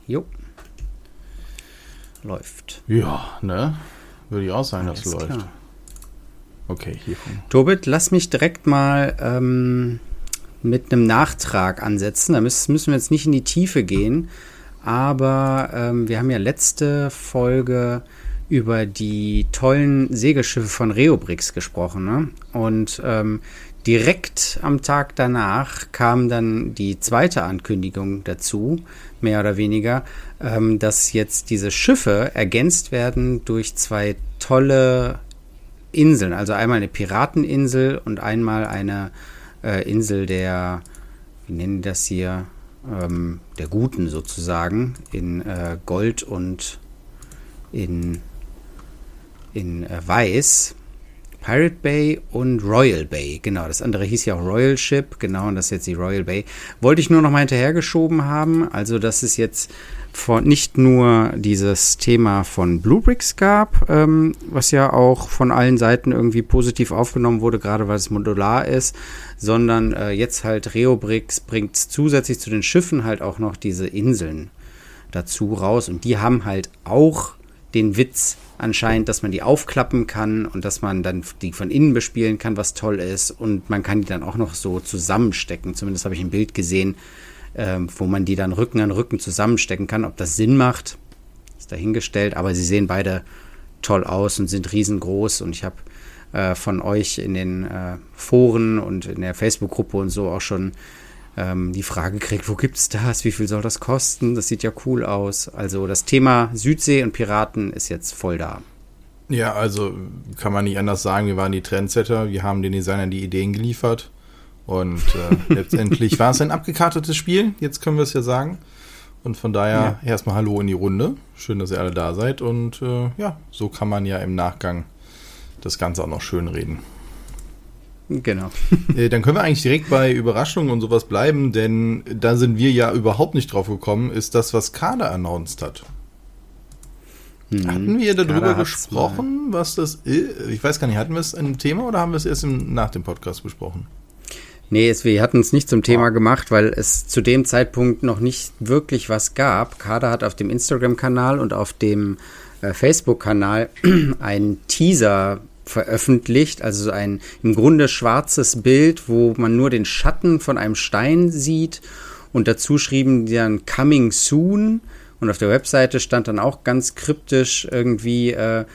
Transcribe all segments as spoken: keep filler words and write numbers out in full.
Jo. Läuft. Ja, ne? Würde ich auch sagen, dass es läuft. Klar. Okay, hier. Tobit, lass mich direkt mal ähm, mit einem Nachtrag ansetzen. Da müssen, müssen wir jetzt nicht in die Tiefe gehen. Aber ähm, wir haben ja letzte Folge über die tollen Segelschiffe von Reobrix gesprochen. Ne? Und ähm, direkt am Tag danach kam dann die zweite Ankündigung dazu, mehr oder weniger, ähm, dass jetzt diese Schiffe ergänzt werden durch zwei tolle Inseln. Also einmal eine Pirateninsel und einmal eine äh, Insel der, wie nennen die das hier, ähm, der Guten sozusagen, in äh, Gold und in, in äh, Weiß. Pirate Bay und Royal Bay, genau, das andere hieß ja auch Royal Ship, genau, und das ist jetzt die Royal Bay. Wollte ich nur noch mal hinterhergeschoben haben, also dass es jetzt von, nicht nur dieses Thema von Bluebricks gab, ähm, was ja auch von allen Seiten irgendwie positiv aufgenommen wurde, gerade weil es modular ist, sondern äh, jetzt halt Reobrix bringt zusätzlich zu den Schiffen halt auch noch diese Inseln dazu raus und die haben halt auch den Witz anscheinend, dass man die aufklappen kann und dass man dann die von innen bespielen kann, was toll ist. Und man kann die dann auch noch so zusammenstecken. Zumindest habe ich ein Bild gesehen, ähm, wo man die dann Rücken an Rücken zusammenstecken kann. Ob das Sinn macht, ist dahingestellt. Aber sie sehen beide toll aus und sind riesengroß. Und ich habe äh, von euch in den äh, Foren und in der Facebook-Gruppe und so auch schon ähm, die Frage gekriegt, wo gibt's das? Wie viel soll das kosten? Das sieht ja cool aus. Also das Thema Südsee und Piraten ist jetzt voll da. Ja, also kann man nicht anders sagen, wir waren die Trendsetter, wir haben den Designern die Ideen geliefert und äh, letztendlich war es ein abgekartetes Spiel, jetzt können wir es ja sagen. Und von daher ja. Erstmal Hallo in die Runde. Schön, dass ihr alle da seid und äh, ja, so kann man ja im Nachgang das Ganze auch noch schön reden. Genau. äh, dann können wir eigentlich direkt bei Überraschungen und sowas bleiben, denn da sind wir ja überhaupt nicht drauf gekommen, ist das, was Kader announced hat. Hm. Hatten wir darüber gesprochen, was das ist? Ich weiß gar nicht, hatten wir es ein Thema oder haben wir es erst im, nach dem Podcast besprochen? Nee, es, wir hatten es nicht zum Thema gemacht, weil es zu dem Zeitpunkt noch nicht wirklich was gab. Kader hat auf dem Instagram-Kanal und auf dem äh, Facebook-Kanal einen Teaser veröffentlicht, also ein im Grunde schwarzes Bild, wo man nur den Schatten von einem Stein sieht und dazu schrieben die dann Coming Soon und auf der Webseite stand dann auch ganz kryptisch irgendwie äh,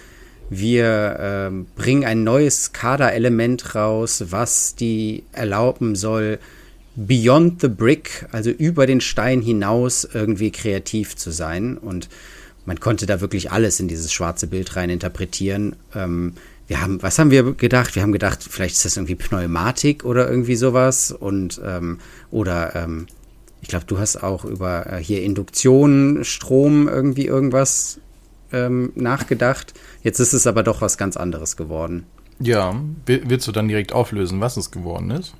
wir äh, bringen ein neues Kader-Element raus, was die erlauben soll, beyond the brick, also über den Stein hinaus irgendwie kreativ zu sein und man konnte da wirklich alles in dieses schwarze Bild rein interpretieren. Ähm, Wir haben, was haben wir gedacht? Wir haben gedacht, vielleicht ist das irgendwie Pneumatik oder irgendwie sowas und ähm, oder ähm, ich glaube, du hast auch über äh, hier Induktion, Strom irgendwie irgendwas ähm, nachgedacht. Jetzt ist es aber doch was ganz anderes geworden. Ja, willst du dann direkt auflösen, was es geworden ist?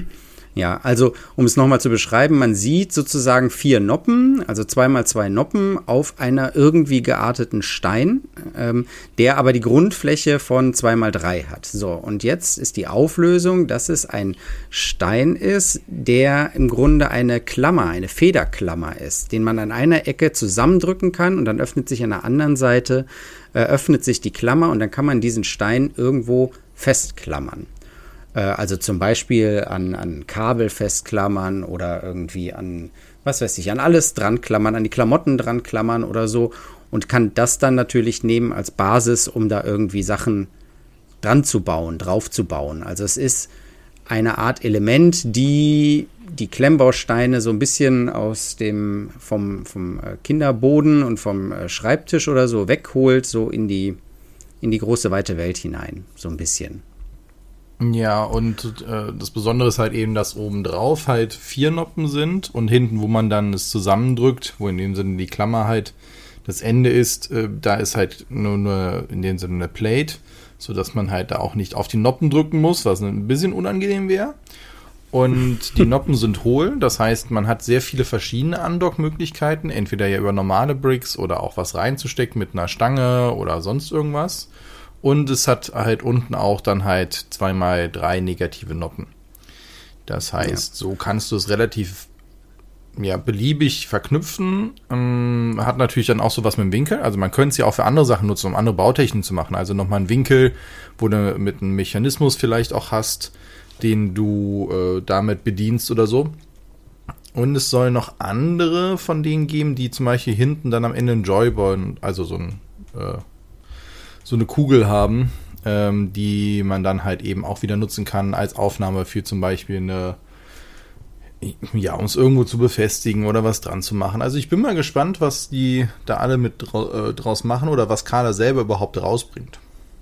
Ja, also um es nochmal zu beschreiben, man sieht sozusagen vier Noppen, also zwei mal zwei Noppen auf einer irgendwie gearteten Stein, ähm, der aber die Grundfläche von zwei mal drei hat. So, und jetzt ist die Auflösung, dass es ein Stein ist, der im Grunde eine Klammer, eine Federklammer ist, den man an einer Ecke zusammendrücken kann und dann öffnet sich an der anderen Seite, äh, öffnet sich die Klammer und dann kann man diesen Stein irgendwo festklammern. Also zum Beispiel an, an Kabel festklammern oder irgendwie an, was weiß ich, an alles dran klammern, an die Klamotten dran klammern oder so und kann das dann natürlich nehmen als Basis, um da irgendwie Sachen dran zu bauen, drauf zu bauen. Also es ist eine Art Element, die die Klemmbausteine so ein bisschen aus dem, vom, vom Kinderboden und vom Schreibtisch oder so wegholt, so in die, in die große weite Welt hinein, so ein bisschen. Ja, und äh, das Besondere ist halt eben, dass obendrauf halt vier Noppen sind und hinten, wo man dann es zusammendrückt, wo in dem Sinne die Klammer halt das Ende ist, äh, da ist halt nur, nur in dem Sinne eine Plate, sodass man halt da auch nicht auf die Noppen drücken muss, was ein bisschen unangenehm wäre. Und die Noppen sind hohl, das heißt, man hat sehr viele verschiedene Andockmöglichkeiten, entweder ja über normale Bricks oder auch was reinzustecken mit einer Stange oder sonst irgendwas. Und es hat halt unten auch dann halt zwei mal drei negative Noppen. Das heißt, ja. So kannst du es relativ ja, beliebig verknüpfen. Ähm, hat natürlich dann auch sowas mit dem Winkel. Also man könnte es ja auch für andere Sachen nutzen, um andere Bautechniken zu machen. Also nochmal einen Winkel, wo du mit einem Mechanismus vielleicht auch hast, den du äh, damit bedienst oder so. Und es soll noch andere von denen geben, die zum Beispiel hinten dann am Ende einen Joyball, also so, ein, äh, so eine Kugel haben, ähm, die man dann halt eben auch wieder nutzen kann als Aufnahme für zum Beispiel eine, ja, um es irgendwo zu befestigen oder was dran zu machen. Also ich bin mal gespannt, was die da alle mit dra- äh, draus machen oder was Carla selber überhaupt rausbringt.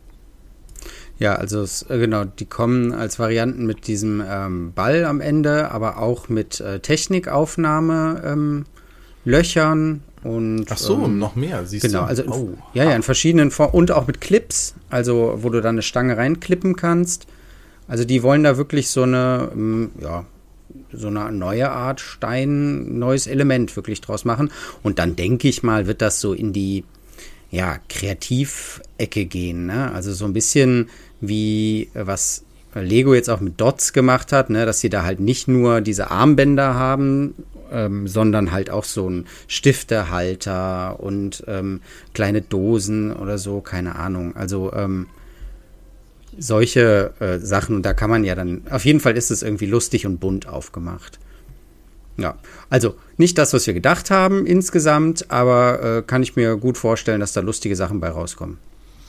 Ja, also es, äh, genau, die kommen als Varianten mit diesem ähm, Ball am Ende, aber auch mit äh, Technikaufnahme ähm, Löchern und Ach so, ähm, noch mehr, siehst genau, du? also in, oh. ja, ja, in verschiedenen Formen und auch mit Clips, also wo du dann eine Stange reinklippen kannst. Also die wollen da wirklich so eine, ähm, ja, so eine neue Art Stein, neues Element wirklich draus machen. Und dann denke ich mal, wird das so in die, ja, Kreativecke gehen, ne? Also so ein bisschen wie was Lego jetzt auch mit Dots gemacht hat, ne? Dass sie da halt nicht nur diese Armbänder haben, ähm, sondern halt auch so ein Stiftehalter und ähm, kleine Dosen oder so, keine Ahnung. Also ähm, solche äh, Sachen, und da kann man ja dann, auf jeden Fall ist es irgendwie lustig und bunt aufgemacht. Ja, also nicht das, was wir gedacht haben insgesamt, aber äh, kann ich mir gut vorstellen, dass da lustige Sachen bei rauskommen.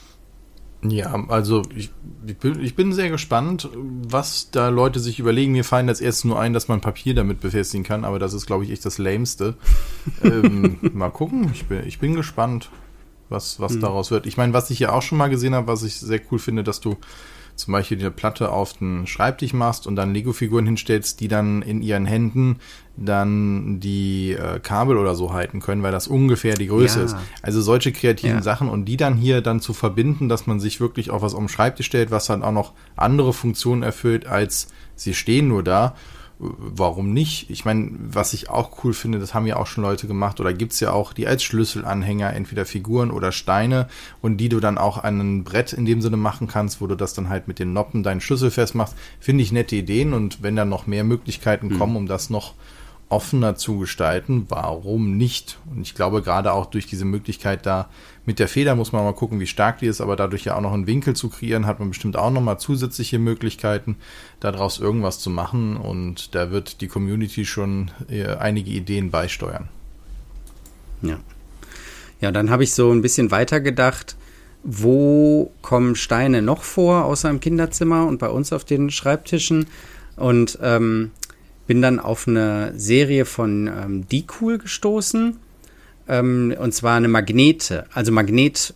Ja, also ich, ich, bin, ich bin sehr gespannt, was da Leute sich überlegen. Mir fallen als erstes nur ein, dass man Papier damit befestigen kann, aber das ist, glaube ich, echt das Lämste. ähm, mal gucken, ich bin, ich bin gespannt, was, was hm. daraus wird. Ich meine, was ich ja auch schon mal gesehen habe, was ich sehr cool finde, dass du zum Beispiel eine Platte auf den Schreibtisch machst und dann Lego-Figuren hinstellst, die dann in ihren Händen dann die äh, Kabel oder so halten können, weil das ungefähr die Größe ja. ist. Also solche kreativen ja. Sachen und die dann hier dann zu verbinden, dass man sich wirklich auf was auf den Schreibtisch stellt, was dann auch noch andere Funktionen erfüllt, als sie stehen nur da. Warum nicht? Ich meine, was ich auch cool finde, das haben ja auch schon Leute gemacht oder gibt's ja auch, die als Schlüsselanhänger entweder Figuren oder Steine und die du dann auch an ein Brett in dem Sinne machen kannst, wo du das dann halt mit den Noppen deinen Schlüssel festmachst. Finde ich nette Ideen und wenn dann noch mehr Möglichkeiten mhm. kommen, um das noch offener zu gestalten, warum nicht? Und ich glaube, gerade auch durch diese Möglichkeit da mit der Feder muss man mal gucken, wie stark die ist, aber dadurch ja auch noch einen Winkel zu kreieren, hat man bestimmt auch nochmal zusätzliche Möglichkeiten, daraus irgendwas zu machen und da wird die Community schon äh, einige Ideen beisteuern. Ja. Ja, dann habe ich so ein bisschen weiter gedacht, wo kommen Steine noch vor, außer im Kinderzimmer und bei uns auf den Schreibtischen und ähm, bin dann auf eine Serie von ähm, D-Cool gestoßen, ähm, und zwar eine Magnete, also Magnetsets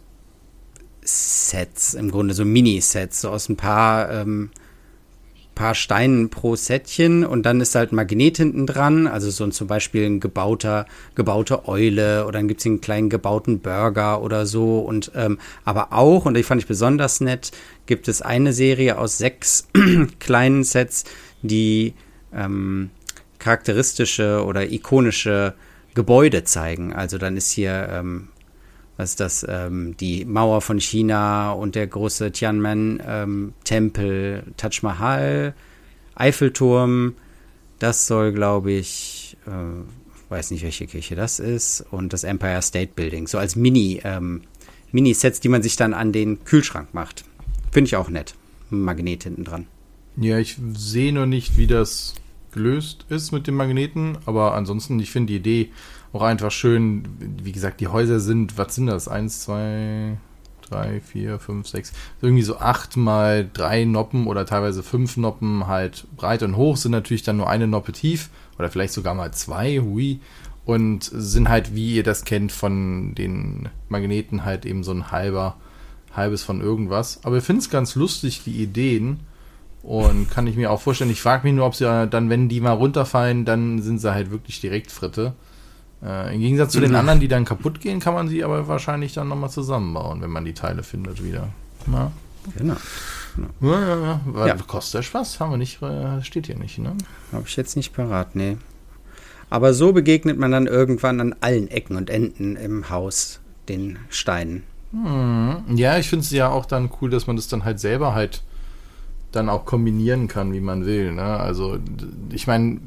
im Grunde, so Mini-Sets, so aus ein paar, ähm, paar Steinen pro Sättchen und dann ist halt ein Magnet hinten dran, also so ein, zum Beispiel ein gebauter, gebaute Eule oder dann gibt es einen kleinen gebauten Burger oder so und ähm, aber auch, und die fand ich besonders nett, gibt es eine Serie aus sechs kleinen Sets, die Ähm, charakteristische oder ikonische Gebäude zeigen. Also dann ist hier, ähm, was ist das, ähm, die Mauer von China und der große Tiananmen-Tempel, ähm, Taj Mahal, Eiffelturm. Das soll, glaube ich, äh, weiß nicht, welche Kirche das ist, und das Empire State Building. So als Mini, ähm, Mini-Sets, die man sich dann an den Kühlschrank macht. Finde ich auch nett. Ein Magnet hinten dran. Ja, ich sehe noch nicht, wie das gelöst ist mit dem Magneten, aber ansonsten, ich finde die Idee auch einfach schön. Wie gesagt, die Häuser sind, was sind das? Eins, zwei, drei, vier, fünf, sechs, irgendwie so acht mal drei Noppen oder teilweise fünf Noppen halt breit und hoch, sind natürlich dann nur eine Noppe tief oder vielleicht sogar mal zwei, hui, und sind halt, wie ihr das kennt von den Magneten, halt eben so ein halber, halbes von irgendwas. Aber ich finde es ganz lustig, die Ideen. Und kann ich mir auch vorstellen, ich frage mich nur, ob sie dann, wenn die mal runterfallen, dann sind sie halt wirklich direkt Fritte. Äh, Im Gegensatz zu den anderen, die dann kaputt gehen, kann man sie aber wahrscheinlich dann nochmal zusammenbauen, wenn man die Teile findet wieder. Ja. Genau. Ja, ja, ja. Weil Ja. kostet der Spaß, haben wir nicht, äh, steht hier nicht, ne? Habe ich jetzt nicht parat, nee. Aber so begegnet man dann irgendwann an allen Ecken und Enden im Haus den Steinen. Hm. Ja, ich finde es ja auch dann cool, dass man das dann halt selber halt dann auch kombinieren kann, wie man will. Ne? Also ich meine,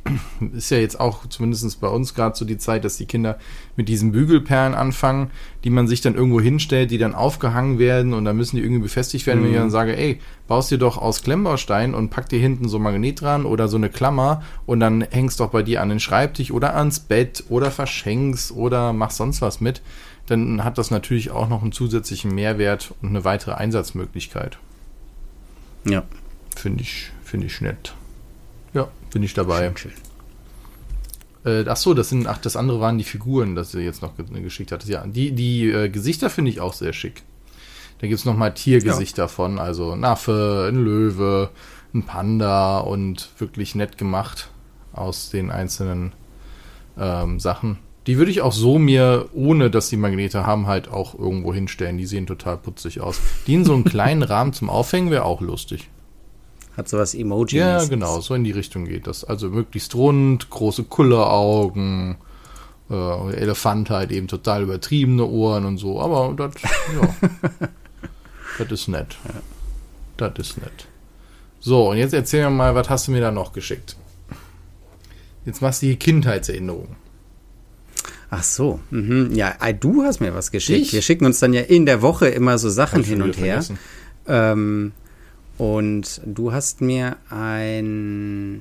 ist ja jetzt auch zumindest bei uns gerade so die Zeit, dass die Kinder mit diesen Bügelperlen anfangen, die man sich dann irgendwo hinstellt, die dann aufgehangen werden und dann müssen die irgendwie befestigt werden. Mhm. Wenn ich dann sage, ey, baust dir doch aus Klemmbaustein und pack dir hinten so ein Magnet dran oder so eine Klammer und dann hängst doch bei dir an den Schreibtisch oder ans Bett oder verschenkst oder mach sonst was mit, dann hat das natürlich auch noch einen zusätzlichen Mehrwert und eine weitere Einsatzmöglichkeit. Ja. Finde ich, finde ich nett. Ja, bin ich dabei. Schön, schön. Äh, ach so, das sind, ach, das andere waren die Figuren, das ihr jetzt noch ge- geschickt hattet. Ja, die, die äh, Gesichter finde ich auch sehr schick. Da gibt es nochmal Tiergesichter ja. von, also ein Affe, ein Löwe, ein Panda und wirklich nett gemacht aus den einzelnen ähm, Sachen. Die würde ich auch so mir, ohne dass die Magnete haben, halt auch irgendwo hinstellen. Die sehen total putzig aus. Die in so einem kleinen Rahmen zum Aufhängen wäre auch lustig. Hat sowas Emoji. Ja, genau, so in die Richtung geht das. Also möglichst rund, große Kulleraugen, äh, Elefant halt eben total übertriebene Ohren und so. Aber das, ja, das ist nett. Das ist nett. So, und jetzt erzähl mir mal, was hast du mir da noch geschickt? Jetzt machst du die Kindheitserinnerung. Ach so, mhm. Ja, du hast mir was geschickt. Ich? Wir schicken uns dann ja in der Woche immer so Sachen hin und her. Ähm, und du hast mir ein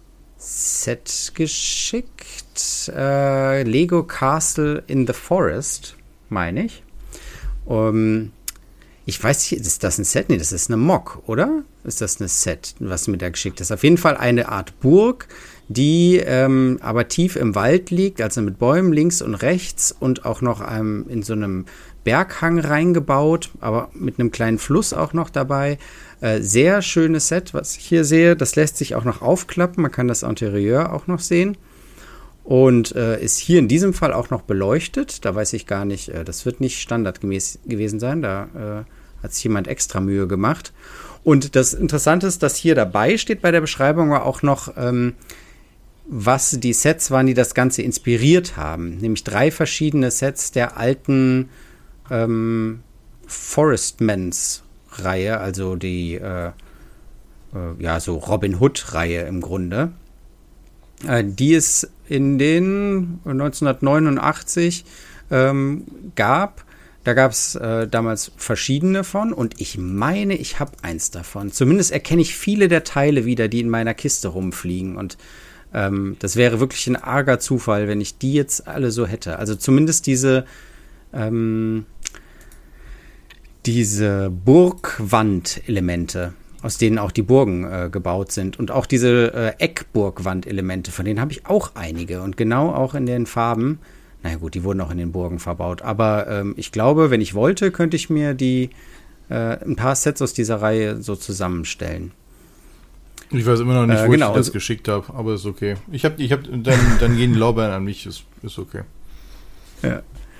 Set geschickt, äh, Lego Castle in the Forest, meine ich. Um, ich weiß nicht, ist das ein Set? Nee, das ist eine Mock, oder? Ist das ein Set, was du mir da geschickt hast? Auf jeden Fall eine Art Burg, die ähm, aber tief im Wald liegt, also mit Bäumen links und rechts und auch noch ähm, in so einem Berghang reingebaut, aber mit einem kleinen Fluss auch noch dabei. Äh, sehr schönes Set, was ich hier sehe. Das lässt sich auch noch aufklappen. Man kann das Interieur auch noch sehen. Und äh, ist hier in diesem Fall auch noch beleuchtet. Da weiß ich gar nicht, äh, das wird nicht standardgemäß gewesen sein. Da äh, hat sich jemand extra Mühe gemacht. Und das Interessante ist, dass hier dabei steht bei der Beschreibung war auch noch, ähm, was die Sets waren, die das Ganze inspiriert haben. Nämlich drei verschiedene Sets der alten ähm, Forestmans-Reihe, also die äh, äh, ja, so Robin Hood-Reihe im Grunde, äh, die es in den neunzehnhundertneunundachtzig ähm, gab. Da gab es äh, damals verschiedene von und ich meine, ich habe eins davon. Zumindest erkenne ich viele der Teile wieder, die in meiner Kiste rumfliegen und ähm, das wäre wirklich ein arger Zufall, wenn ich die jetzt alle so hätte. Also zumindest diese ähm, diese Burgwand-Elemente, aus denen auch die Burgen äh, gebaut sind und auch diese äh, Eckburgwand-Elemente, von denen habe ich auch einige und genau auch in den Farben. Na ja, gut, die wurden auch in den Burgen verbaut. Aber ähm, ich glaube, wenn ich wollte, könnte ich mir die äh, ein paar Sets aus dieser Reihe so zusammenstellen. Ich weiß immer noch nicht, äh, wo genau. ich das geschickt habe, aber ist okay. Ich habe, ich habe, dann, dann gehen die Lorbeeren an mich, ist, ist okay. Ja.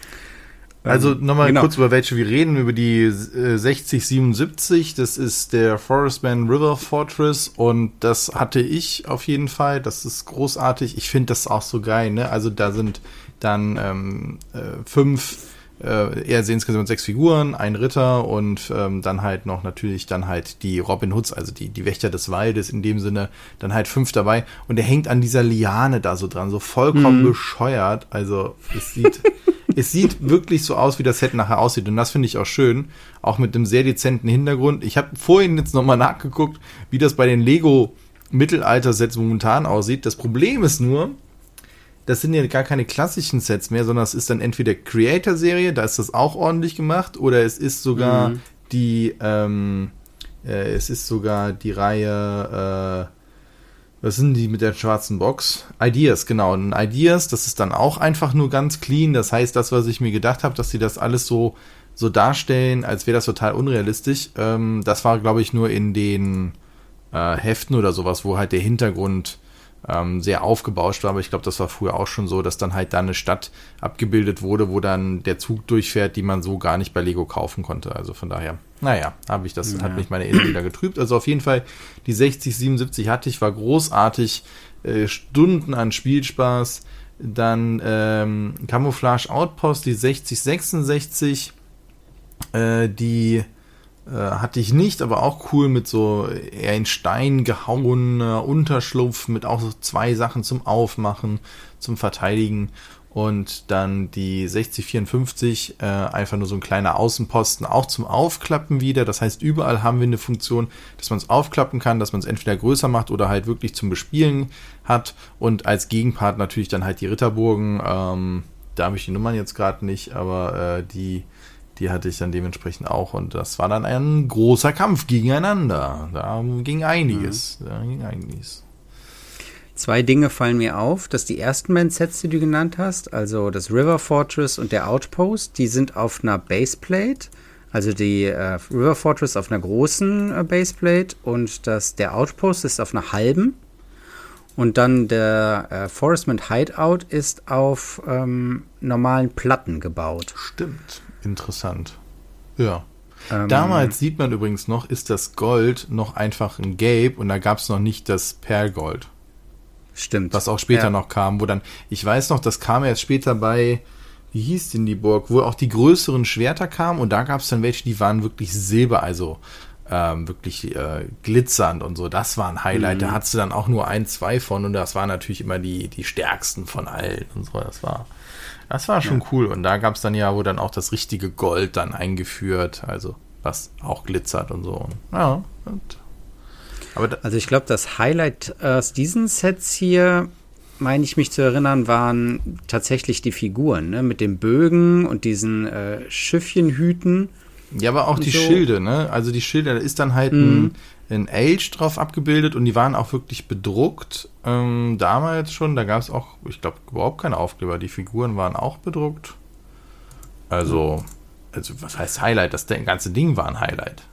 Also nochmal genau. kurz über welche wir reden, über die äh, sechzig siebenundsiebzig, das ist der Forestman River Fortress und das hatte ich auf jeden Fall, das ist großartig, ich finde das auch so geil, ne? Also da sind dann ähm, äh, fünf, äh, eher sehen insgesamt sechs Figuren, ein Ritter und ähm, dann halt noch natürlich dann halt die Robin Hoods, also die, die Wächter des Waldes in dem Sinne, dann halt fünf dabei und der hängt an dieser Liane da so dran, so vollkommen mhm. bescheuert, also es sieht... Es sieht wirklich so aus, wie das Set nachher aussieht. Und das finde ich auch schön. Auch mit einem sehr dezenten Hintergrund. Ich habe vorhin jetzt nochmal nachgeguckt, wie das bei den Lego-Mittelalter-Sets momentan aussieht. Das Problem ist nur, das sind ja gar keine klassischen Sets mehr, sondern es ist dann entweder Creator-Serie, da ist das auch ordentlich gemacht, oder es ist sogar mhm. die, ähm, äh, es ist sogar die Reihe, äh, was sind die mit der schwarzen Box? Ideas, genau. Und Ideas, das ist dann auch einfach nur ganz clean. Das heißt, das, was ich mir gedacht habe, dass sie das alles so, so darstellen, als wäre das total unrealistisch. Ähm, das war, glaube ich, nur in den äh, Heften oder sowas, wo halt der Hintergrund ähm, sehr aufgebauscht war. Aber ich glaube, das war früher auch schon so, dass dann halt da eine Stadt abgebildet wurde, wo dann der Zug durchfährt, die man so gar nicht bei Lego kaufen konnte. Also von daher, naja, habe ich das, ja. hat mich meine Erinnerung wieder getrübt. Also auf jeden Fall, die sechzig siebenundsiebzig hatte ich, war großartig, äh, Stunden an Spielspaß. Dann ähm, Camouflage Outpost, die sechzig sechsundsechzig, äh, die Äh, hatte ich nicht, aber auch cool mit so eher in Stein gehauener Unterschlupf mit auch so zwei Sachen zum Aufmachen, zum Verteidigen und dann die sechzig vierundfünfzig, äh, einfach nur so ein kleiner Außenposten, auch zum Aufklappen wieder. Das heißt, überall haben wir eine Funktion, dass man es aufklappen kann, dass man es entweder größer macht oder halt wirklich zum Bespielen hat und als Gegenpart natürlich dann halt die Ritterburgen, ähm, da habe ich die Nummern jetzt gerade nicht, aber äh, die Die hatte ich dann dementsprechend auch und das war dann ein großer Kampf gegeneinander. Da ging einiges. Mhm. Da ging einiges. Zwei Dinge fallen mir auf, dass die ersten beiden Sets, die du genannt hast, also das River Fortress und der Outpost, die sind auf einer Baseplate. Also die äh, River Fortress auf einer großen äh, Baseplate und das, der Outpost ist auf einer halben. Und dann der äh, Forestman Hideout ist auf ähm, normalen Platten gebaut. Stimmt. Interessant. Ja. Ähm, Damals sieht man übrigens noch, ist das Gold noch einfach ein Gelb und da gab es noch nicht das Perlgold. Stimmt. Was auch später ja. noch kam, wo dann, ich weiß noch, das kam erst später bei, wie hieß denn die Burg, wo auch die größeren Schwerter kamen und da gab es dann welche, die waren wirklich Silber, also ähm, wirklich äh, glitzernd und so. Das war ein Highlight. Mhm. Da hattest du dann auch nur ein, zwei von und das waren natürlich immer die, die stärksten von allen und so. Das war Das war schon ja. cool. Und da gab es dann ja, wo dann auch das richtige Gold dann eingeführt, also was auch glitzert und so. Und, ja. Und, aber da, also ich glaube, das Highlight aus diesen Sets hier, meine ich mich zu erinnern, waren tatsächlich die Figuren, ne? Mit den Bögen und diesen äh, Schiffchenhüten. Ja, aber auch die so. Schilde, ne? Also die Schilde, da ist dann halt mhm. ein, ein Age drauf abgebildet und die waren auch wirklich bedruckt. Ähm, damals schon, da gab es auch, ich glaube, überhaupt keine Aufkleber. Die Figuren waren auch bedruckt. Also, also was heißt Highlight? Das ganze Ding war ein Highlight.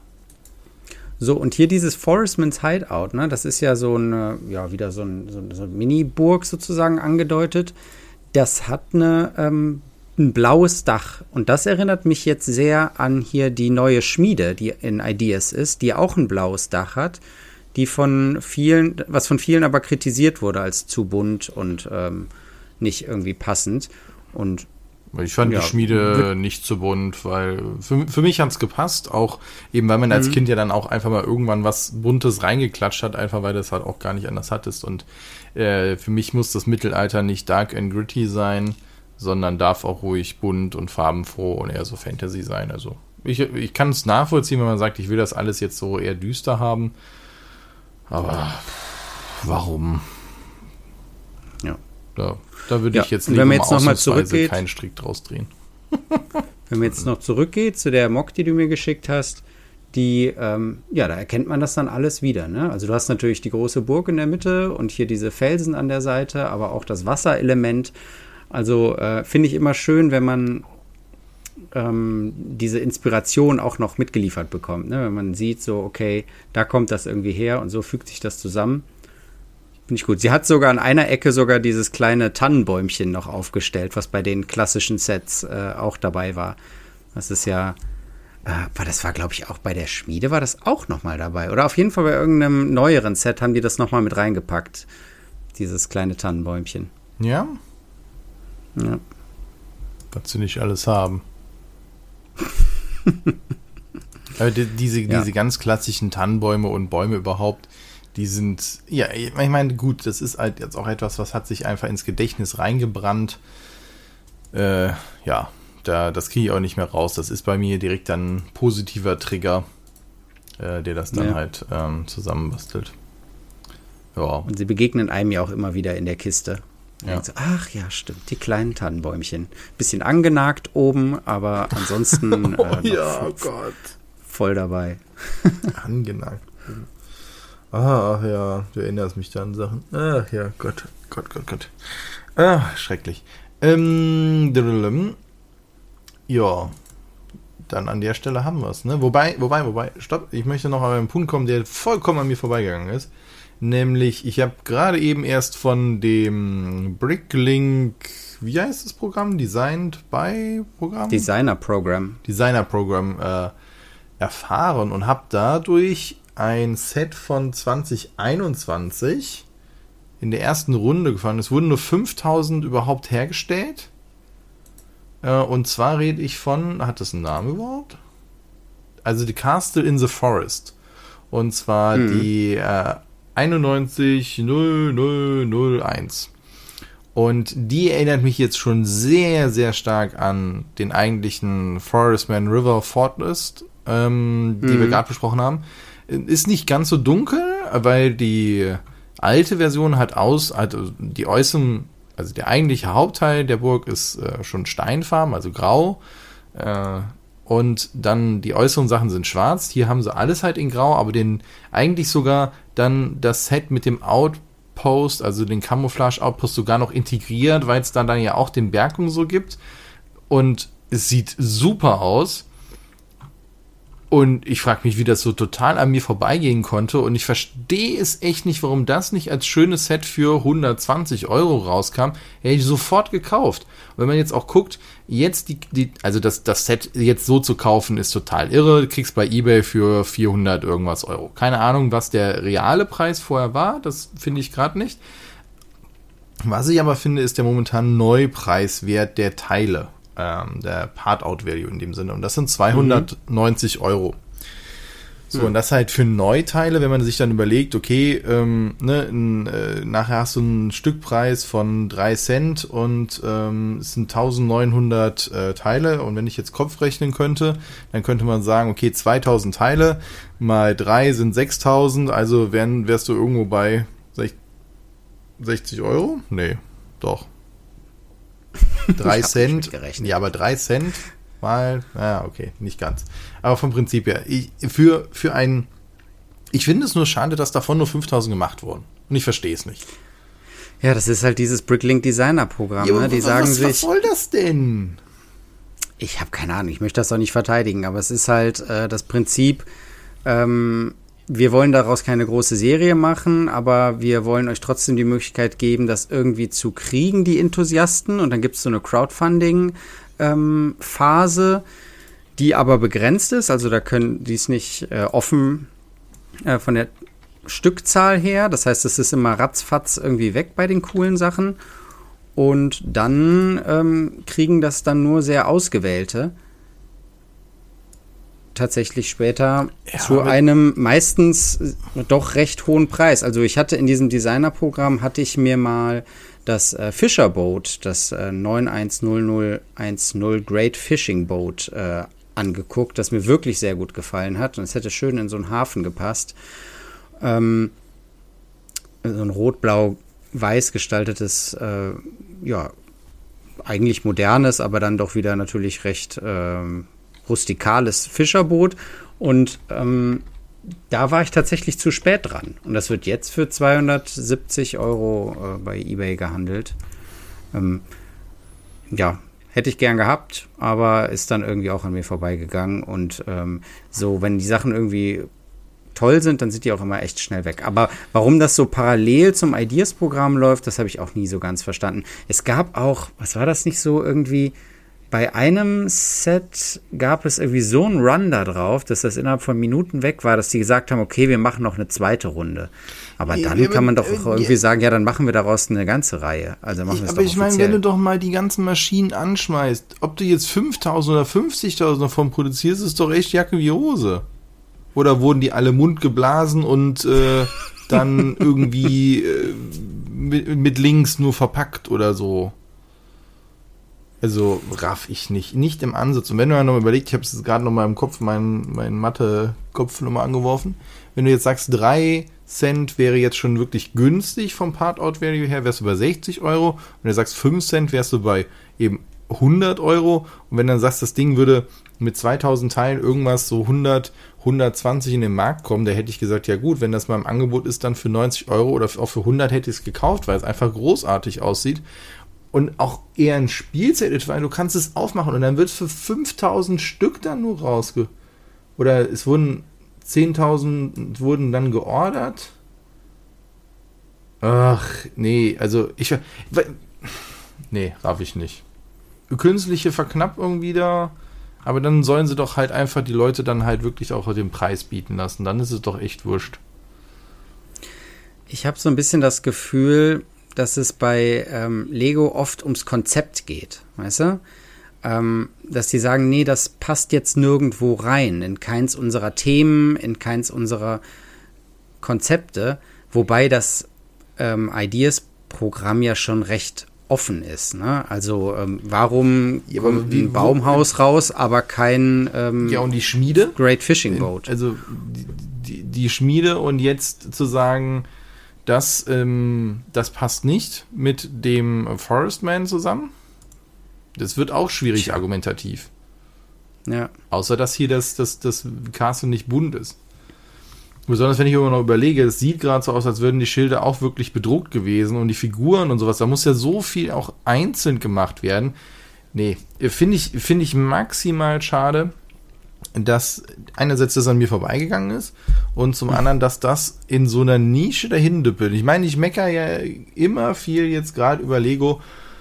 So, und hier dieses Forestman's Hideout, ne? Das ist ja so eine, ja, wieder so, ein, so, so eine Mini-Burg sozusagen angedeutet. Das hat eine, ähm, ein blaues Dach. Und das erinnert mich jetzt sehr an hier die neue Schmiede, die in Ideas ist, die auch ein blaues Dach hat. Die von vielen, was von vielen aber kritisiert wurde als zu bunt und ähm, nicht irgendwie passend. Und ich fand ja, die Schmiede nicht so bunt, weil für, für mich hat es gepasst, auch eben, weil man als mhm. Kind ja dann auch einfach mal irgendwann was Buntes reingeklatscht hat, einfach weil das halt auch gar nicht anders hattest. Und äh, für mich muss das Mittelalter nicht dark and gritty sein, sondern darf auch ruhig bunt und farbenfroh und eher so Fantasy sein. Also ich, ich kann es nachvollziehen, wenn man sagt, ich will das alles jetzt so eher düster haben. Aber warum? Ja. Da, da würde ja, ich jetzt lieber mal ausnahmsweise keinen Strick draus drehen. Wenn man jetzt noch zurückgeht zu der Mock, die du mir geschickt hast, die, ähm, ja, da erkennt man das dann alles wieder, ne? Also du hast natürlich die große Burg in der Mitte und hier diese Felsen an der Seite, aber auch das Wasserelement. Also äh, finde ich immer schön, wenn man ähm, diese Inspiration auch noch mitgeliefert bekommt, ne? Wenn man sieht, so, okay, da kommt das irgendwie her und so fügt sich das zusammen. Finde ich gut. Sie hat sogar an einer Ecke sogar dieses kleine Tannenbäumchen noch aufgestellt, was bei den klassischen Sets äh, auch dabei war. Das ist ja, äh, war das war, glaube ich, auch bei der Schmiede war das auch nochmal dabei. Oder auf jeden Fall bei irgendeinem neueren Set haben die das nochmal mit reingepackt. Dieses kleine Tannenbäumchen. Ja? Ja. Was sie nicht alles haben. Aber die, diese, ja. diese ganz klassischen Tannenbäume und Bäume überhaupt, die sind, ja, ich meine, gut, das ist halt jetzt auch etwas, was hat sich einfach ins Gedächtnis reingebrannt. Äh, ja, da, das kriege ich auch nicht mehr raus. Das ist bei mir direkt dann ein positiver Trigger, äh, der das dann ja. halt ähm, zusammenbastelt. Ja. Und sie begegnen einem ja auch immer wieder in der Kiste. Ja. So, ach ja, stimmt, die kleinen Tannenbäumchen. Bisschen angenagt oben, aber ansonsten oh, äh, ja, voll, Gott. voll dabei. Angenagt. Ah, ach ja, du erinnerst mich da an Sachen. Ach ja, Gott, Gott, Gott, Gott. Ah, schrecklich. Ähm, ja, dann an der Stelle haben wir es, ne? Wobei, wobei, wobei, stopp, ich möchte noch an einen Punkt kommen, der vollkommen an mir vorbeigegangen ist. Nämlich, ich habe gerade eben erst von dem Bricklink, wie heißt das Programm? Designed by Programm? Designer Program. Designer Program äh, erfahren und habe dadurch ein Set von zwanzig einundzwanzig in der ersten Runde gefahren. Es wurden nur fünftausend überhaupt hergestellt. Äh, und zwar rede ich von, hat das einen Namen überhaupt? also die Castle in the Forest. Und zwar mhm. die äh, einundneunzig null null null eins. Und die erinnert mich jetzt schon sehr, sehr stark an den eigentlichen Forestman River Fortress, ähm, die mhm. wir gerade besprochen haben. Ist nicht ganz so dunkel, weil die alte Version hat aus, also die äußeren, also der eigentliche Hauptteil der Burg ist äh, schon steinfarben, also grau. Äh, und dann die äußeren Sachen sind schwarz. Hier haben sie alles halt in grau, aber den eigentlich sogar dann das Set mit dem Outpost, also den Camouflage-Outpost sogar noch integriert, weil es dann, dann ja auch den Berg und so gibt. Und es sieht super aus. Und ich frage mich, wie das so total an mir vorbeigehen konnte. Und ich verstehe es echt nicht, warum das nicht als schönes Set für hundertzwanzig Euro rauskam. Hätte ich sofort gekauft. Und wenn man jetzt auch guckt, jetzt die, die also das, das Set jetzt so zu kaufen, ist total irre. Du kriegst bei eBay für vierhundert irgendwas Euro. Keine Ahnung, was der reale Preis vorher war. Das finde ich gerade nicht. Was ich aber finde, ist der momentan Neupreiswert der Teile. Der Part-Out-Value in dem Sinne. Und das sind zweihundertneunzig mhm. Euro. So, mhm. und das halt für Neuteile, wenn man sich dann überlegt, okay, ähm, ne, in, äh, nachher hast du einen Stückpreis von drei Cent und ähm, es sind eintausendneunhundert äh, Teile. Und wenn ich jetzt Kopf rechnen könnte, dann könnte man sagen, okay, zweitausend Teile mal drei sind sechstausend, also wären, wärst du irgendwo bei sechzig Euro? Nee, doch. Drei Cent, ja, aber drei Cent mal, naja, okay, nicht ganz. Aber vom Prinzip her, ich, für, für ein, ich finde es nur schade, dass davon nur fünftausend gemacht wurden. Und ich verstehe es nicht. Ja, das ist halt dieses Bricklink Designer Programm, ja, ne? Die was, sagen was, sich. Was soll das denn? Ich habe keine Ahnung, ich möchte das auch nicht verteidigen, aber es ist halt äh, das Prinzip, ähm, wir wollen daraus keine große Serie machen, aber wir wollen euch trotzdem die Möglichkeit geben, das irgendwie zu kriegen, die Enthusiasten. Und dann gibt es so eine Crowdfunding-Phase, ähm, die aber begrenzt ist. Also da können die ist nicht äh, offen äh, von der Stückzahl her. Das heißt, es ist immer ratzfatz irgendwie weg bei den coolen Sachen. Und dann ähm, kriegen das dann nur sehr Ausgewählte. Tatsächlich später ja, zu einem meistens doch recht hohen Preis. Also ich hatte in diesem Designerprogramm, hatte ich mir mal das äh, Fisher Boat, das äh, neun eins null null eins null Great Fishing Boat äh, angeguckt, das mir wirklich sehr gut gefallen hat. Und es hätte schön in so einen Hafen gepasst. Ähm, so ein rot-blau-weiß gestaltetes, äh, ja, eigentlich modernes, aber dann doch wieder natürlich recht ähm, rustikales Fischerboot und ähm, da war ich tatsächlich zu spät dran und das wird jetzt für zweihundertsiebzig Euro äh, bei eBay gehandelt. Ähm, ja, hätte ich gern gehabt, aber ist dann irgendwie auch an mir vorbeigegangen und ähm, so, wenn die Sachen irgendwie toll sind, dann sind die auch immer echt schnell weg. Aber warum das so parallel zum Ideas-Programm läuft, das habe ich auch nie so ganz verstanden. Es gab auch, was war das nicht so irgendwie, bei einem Set gab es irgendwie so einen Run da drauf, dass das innerhalb von Minuten weg war, dass die gesagt haben, okay, wir machen noch eine zweite Runde. Aber dann ja, kann man doch auch irgendwie ja. sagen, ja, dann machen wir daraus eine ganze Reihe. Also machen wir es doch offiziell. Aber ich meine, wenn du doch mal die ganzen Maschinen anschmeißt, ob du jetzt fünftausend oder fünfzigtausend davon produzierst, ist doch echt Jacke wie Hose. Oder wurden die alle Mund geblasen und äh, dann irgendwie äh, mit, mit Links nur verpackt oder so? Also raff ich nicht, nicht im Ansatz. Und wenn du ja noch überlegt, ich habe es gerade noch mal im Kopf, meinen mein Mathe-Kopf nochmal angeworfen. Wenn du jetzt sagst, drei Cent wäre jetzt schon wirklich günstig vom Part-Out-Value her, wärst du bei sechzig Euro. Wenn du sagst, fünf Cent, wärst du bei eben hundert Euro. Und wenn du dann sagst, das Ding würde mit zweitausend Teilen irgendwas so hundert, hundertzwanzig in den Markt kommen, da hätte ich gesagt, ja gut, wenn das mal im Angebot ist, dann für neunzig Euro oder auch für hundert hätte ich es gekauft, weil es einfach großartig aussieht. Und auch eher ein Spielset, weil du kannst es aufmachen und dann wird es für fünftausend Stück dann nur rausge... Oder es wurden zehntausend wurden dann geordert. Ach, nee, also ich... Nee, raff ich nicht. Künstliche Verknappung wieder, aber dann sollen sie doch halt einfach die Leute dann halt wirklich auch den Preis bieten lassen. Dann ist es doch echt wurscht. Ich habe so ein bisschen das Gefühl, dass es bei ähm, Lego oft ums Konzept geht, weißt du? ähm, dass die sagen, nee, das passt jetzt nirgendwo rein, in keins unserer Themen, in keins unserer Konzepte, wobei das ähm, Ideas-Programm ja schon recht offen ist. Ne? Also ähm, warum Ja, kommt aber wie- ein Baumhaus raus, aber kein ähm, Ja, und die Schmiede? Great Fishing Boat? Also die, die, die Schmiede und jetzt zu sagen, das, ähm, das passt nicht mit dem Forestman zusammen, das wird auch schwierig argumentativ. Ja. Außer, dass hier das, das, das Castle nicht bunt ist. Besonders wenn ich immer noch überlege, es sieht gerade so aus, als würden die Schilder auch wirklich bedruckt gewesen und die Figuren und sowas, da muss ja so viel auch einzeln gemacht werden. Nee, finde ich, finde ich maximal schade, dass einerseits das an mir vorbeigegangen ist und zum anderen, dass das in so einer Nische dahin düppelt. Ich meine, ich meckere ja immer viel jetzt gerade über Lego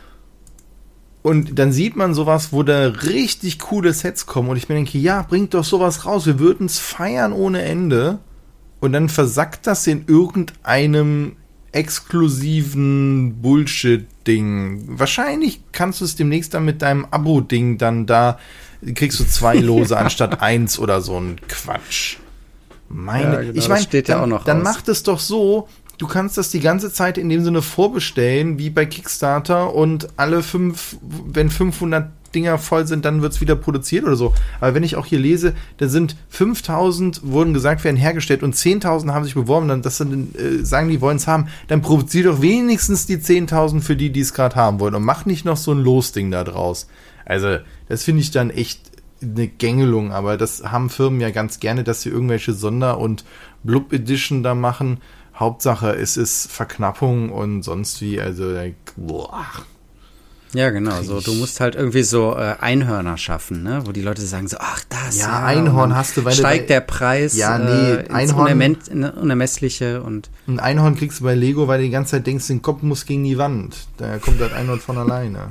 und dann sieht man sowas, wo da richtig coole Sets kommen und ich mir denke, ja, bringt doch sowas raus, wir würden es feiern ohne Ende. Und dann versackt das in irgendeinem exklusiven Bullshit-Ding. Wahrscheinlich kannst du es demnächst dann mit deinem Abo-Ding dann da, kriegst du zwei Lose anstatt eins oder so ein Quatsch. Meine, Ja, genau, ich meine, das steht ja dann, auch noch dann aus. macht es doch so, du kannst das die ganze Zeit in dem Sinne vorbestellen, wie bei Kickstarter und alle fünf, wenn fünfhundert Dinger voll sind, dann wird's wieder produziert oder so. Aber wenn ich auch hier lese, da sind fünftausend wurden gesagt, werden hergestellt und zehntausend haben sich beworben, dann das sind, äh, sagen, die wollen es haben, dann produziert doch wenigstens die zehntausend für die, die es gerade haben wollen und mach nicht noch so ein Losding da draus. Also, das finde ich dann echt eine Gängelung, aber das haben Firmen ja ganz gerne, dass sie irgendwelche Sonder- und Blub Edition da machen. Hauptsache, es ist Verknappung und sonst wie, also, boah. Ja, genau. So, du musst halt irgendwie so äh, Einhörner schaffen, ne? Wo die Leute sagen so, ach das, Ja, ja, Einhorn und dann hast du, weil du steigt bei- der Preis Ja, nee, äh, ins Einhorn- Unermen- in- Unermessliche und Ein Einhorn kriegst du bei Lego, weil du die ganze Zeit denkst, den Kopf muss gegen die Wand. Da kommt das Einhorn von alleine.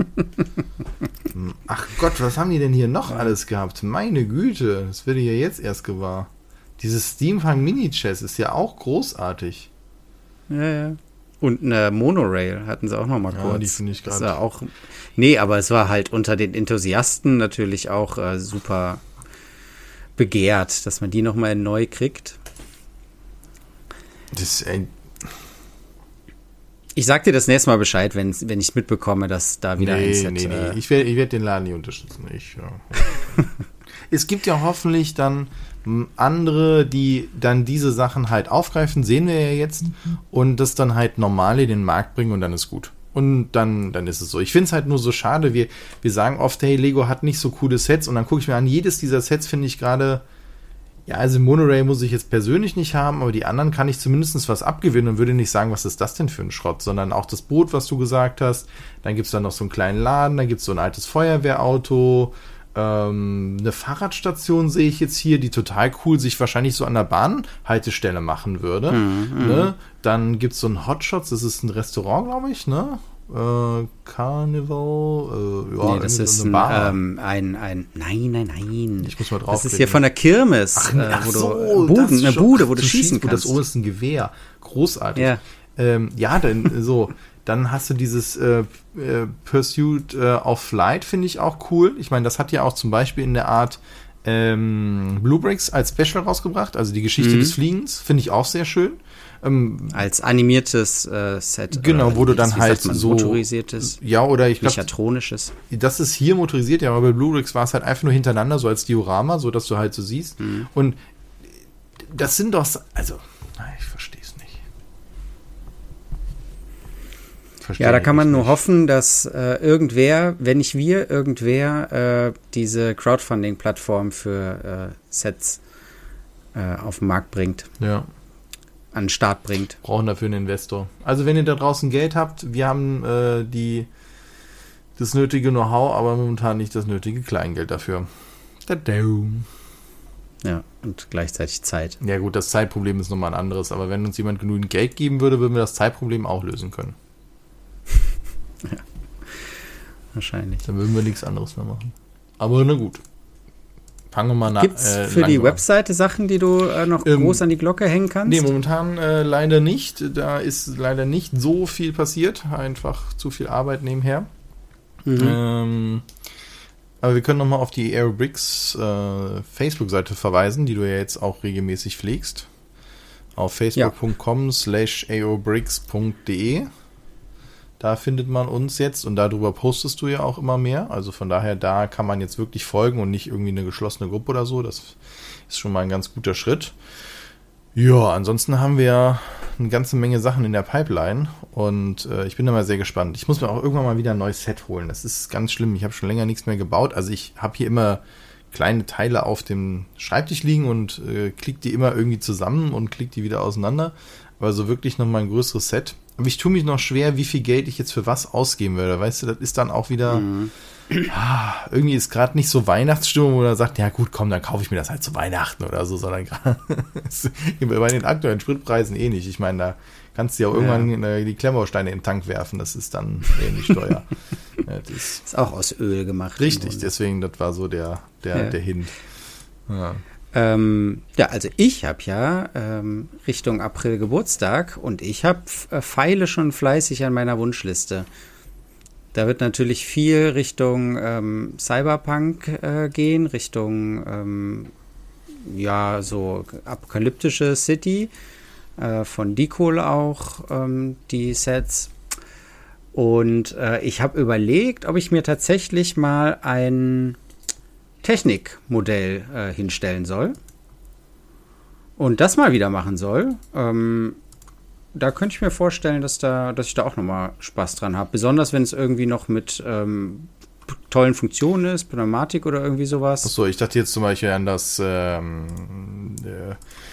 Ach Gott, was haben die denn hier noch alles gehabt? Meine Güte, das werde ich ja jetzt erst gewahr. Dieses Steampunk Mini-Chess ist ja auch großartig. ja, ja. Und eine Monorail hatten sie auch noch mal Ja, kurz. die finde ich Das grad- war auch. Nee, aber es war halt unter den Enthusiasten natürlich auch äh, super begehrt, dass man die noch mal neu kriegt. Das, äh, Ich sag dir das nächste Mal Bescheid, wenn, wenn ich mitbekomme, dass da wieder ein nee, Set. nee, nee. Äh, Ich werde ich werd den Laden nicht unterstützen. Ich, ja. Es gibt ja hoffentlich dann m, andere, die dann diese Sachen halt aufgreifen, sehen wir ja jetzt, und das dann halt normal in den Markt bringen und dann ist gut. Und dann, dann ist es so. Ich finde es halt nur so schade, wir, wir sagen oft, hey, Lego hat nicht so coole Sets und dann gucke ich mir an, jedes dieser Sets finde ich gerade, ja, also Monorail muss ich jetzt persönlich nicht haben, aber die anderen kann ich zumindest was abgewinnen und würde nicht sagen, was ist das denn für ein Schrott, sondern auch das Boot, was du gesagt hast, dann gibt es dann noch so einen kleinen Laden, dann gibt es so ein altes Feuerwehrauto, ähm, eine Fahrradstation sehe ich jetzt hier, die total cool sich wahrscheinlich so an der Bahnhaltestelle machen würde. Mhm, Ne? Dann gibt es so ein Hotshots, das ist ein Restaurant, glaube ich, ne? Äh, Carnival, äh, ja, nee, das irgendwie ist so ein, eine Bar. ähm, ein, ein, nein, nein, nein. Ich muss mal Das draufklicken. ist hier von der Kirmes, Ach, äh, ach wo so, du, Buden, das eine schon. Bude, wo Ach, du schießen schießt, wo kannst. das oben ist ein Gewehr. Großartig. Ja. Ähm, ja, dann so. Dann hast du dieses äh, äh, Pursuit äh, of Flight, finde ich auch cool. Ich meine, das hat ja auch zum Beispiel in der Art ähm, Blue Bricks als Special rausgebracht, also die Geschichte Mhm. des Fliegens, finde ich auch sehr schön. Ähm, Als animiertes äh, Set. Genau, oder wo du wie- dann wie halt sagt man, so- motorisiertes, ja, oder ich glaube, mechatronisches. das ist hier motorisiert, ja, aber bei Blue Bricks war es halt einfach nur hintereinander, so als Diorama, so dass du halt so siehst. Mhm. Und das sind doch, also, nein, ich verstehe es nicht. Versteh Ja, da ich kann man nicht. nur hoffen, dass äh, irgendwer, wenn nicht wir, irgendwer äh, diese Crowdfunding-Plattform für äh, Sets äh, auf den Markt bringt, Ja, an den Start bringt. brauchen dafür einen Investor. Also wenn ihr da draußen Geld habt, wir haben äh, die das nötige Know-how, aber momentan nicht das nötige Kleingeld dafür. Tadau. Ja, und gleichzeitig Zeit. Ja gut, das Zeitproblem ist nochmal ein anderes, aber wenn uns jemand genügend Geld geben würde, würden wir das Zeitproblem auch lösen können. Wahrscheinlich. Dann würden wir nichts anderes mehr machen. Aber na gut. Fangen wir mal nach. Gibt es für die Webseite Sachen, die du äh, noch Ähm, groß an die Glocke hängen kannst? Nee, momentan äh, leider nicht. Da ist leider nicht so viel passiert. Einfach zu viel Arbeit nebenher. Mhm. Ähm, Aber wir können nochmal auf die Aerobricks äh, Facebook-Seite verweisen, die du ja jetzt auch regelmäßig pflegst. Auf facebook.com ja. slash aerobricks.de. Da findet man uns jetzt und darüber postest du ja auch immer mehr. Also von daher, da kann man jetzt wirklich folgen und nicht irgendwie eine geschlossene Gruppe oder so. Das ist schon mal ein ganz guter Schritt. Ja, ansonsten haben wir ja eine ganze Menge Sachen in der Pipeline und äh, ich bin da mal sehr gespannt. Ich muss mir auch irgendwann mal wieder ein neues Set holen. Das ist ganz schlimm. Ich habe schon länger nichts mehr gebaut. Also ich habe hier immer kleine Teile auf dem Schreibtisch liegen und äh, klick die immer irgendwie zusammen und klick die wieder auseinander. Aber so wirklich nochmal ein größeres Set. Aber ich tue mich noch schwer, wie viel Geld ich jetzt für was ausgeben würde. Weißt du, das ist dann auch wieder... Mhm. Ah, irgendwie ist gerade nicht so Weihnachtsstimmung, wo er sagt, ja gut, komm, dann kaufe ich mir das halt zu Weihnachten oder so, sondern gerade bei den aktuellen Spritpreisen eh nicht. Ich meine, da kannst du ja auch irgendwann ja. die Klemmbausteine in den Tank werfen, das ist dann ähnlich teuer. Ja, das ist, ist auch aus Öl gemacht. Richtig, deswegen, das war so der, der, ja. der Hint. Ja. Ähm, ja, also ich habe ja ähm, Richtung April Geburtstag und ich habe äh, feile schon fleißig an meiner Wunschliste. Da wird natürlich viel Richtung ähm, Cyberpunk äh, gehen, Richtung ähm, ja, so apokalyptische City, äh, von Decol auch ähm, die Sets. Und äh, ich habe überlegt, ob ich mir tatsächlich mal ein Technikmodell äh, hinstellen soll und das mal wieder machen soll. Ähm, Da könnte ich mir vorstellen, dass, da, dass ich da auch nochmal Spaß dran habe. Besonders, wenn es irgendwie noch mit ähm, tollen Funktionen ist, Pneumatik oder irgendwie sowas. Achso, ich dachte jetzt zum Beispiel an das ähm, äh,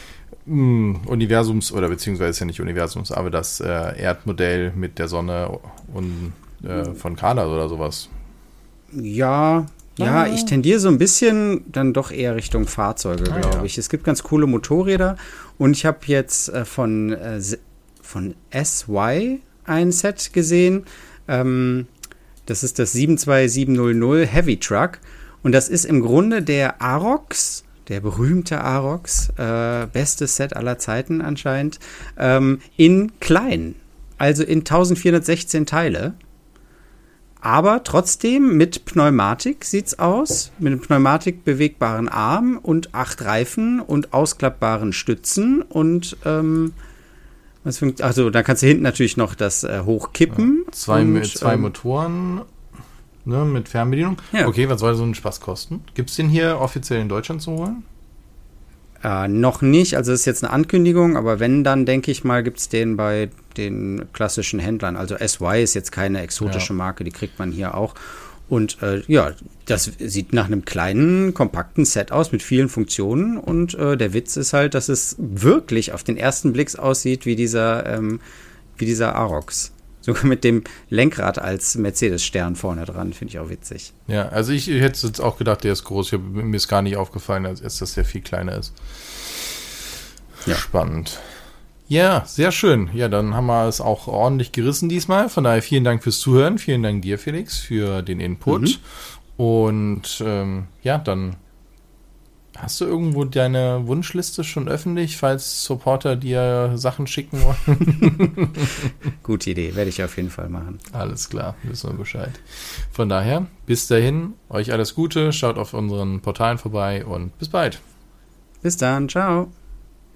Universums, oder beziehungsweise ist ja nicht Universums, aber das äh, Erdmodell mit der Sonne und äh, von Kalas oder sowas. Ja, ja, ah. ich tendiere so ein bisschen dann doch eher Richtung Fahrzeuge, ah, glaube ja. ich. Es gibt ganz coole Motorräder und ich habe jetzt äh, von äh, von S Y ein Set gesehen. Ähm, das ist das sieben zwei sieben null null Heavy Truck. Und das ist im Grunde der Arox, der berühmte Arox, äh, bestes Set aller Zeiten anscheinend, ähm, in klein. Also in eintausendvierhundertsechzehn Teile. Aber trotzdem mit Pneumatik sieht's aus. Mit einem Pneumatik bewegbaren Arm und acht Reifen und ausklappbaren Stützen und ähm, also da kannst du hinten natürlich noch das äh, hochkippen. Ja, zwei und, zwei ähm, Motoren ne, mit Fernbedienung. Ja. Okay, was soll so ein Spaß kosten? Gibt es den hier offiziell in Deutschland zu holen? Äh, noch nicht, also das ist jetzt eine Ankündigung, aber wenn, dann denke ich mal, gibt es den bei den klassischen Händlern. Also S Y ist jetzt keine exotische ja. Marke, die kriegt man hier auch. Und äh, ja, das sieht nach einem kleinen, kompakten Set aus mit vielen Funktionen. Und äh, der Witz ist halt, dass es wirklich auf den ersten Blick aussieht wie dieser, ähm, wie dieser Arox. Sogar mit dem Lenkrad als Mercedes-Stern vorne dran, finde ich auch witzig. Ja, also ich hätte jetzt auch gedacht, der ist groß. Ich hab, mir ist gar nicht aufgefallen, dass der viel kleiner ist. Ja. Spannend. Ja, sehr schön. Ja, dann haben wir es auch ordentlich gerissen diesmal. Von daher vielen Dank fürs Zuhören. Vielen Dank dir, Felix, für den Input. Mhm. Und ähm, ja, dann hast du irgendwo deine Wunschliste schon öffentlich, falls Supporter dir Sachen schicken wollen? Gute Idee, werde ich auf jeden Fall machen. Alles klar, wissen wir Bescheid. Von daher, bis dahin, euch alles Gute, schaut auf unseren Portalen vorbei und bis bald. Bis dann, ciao.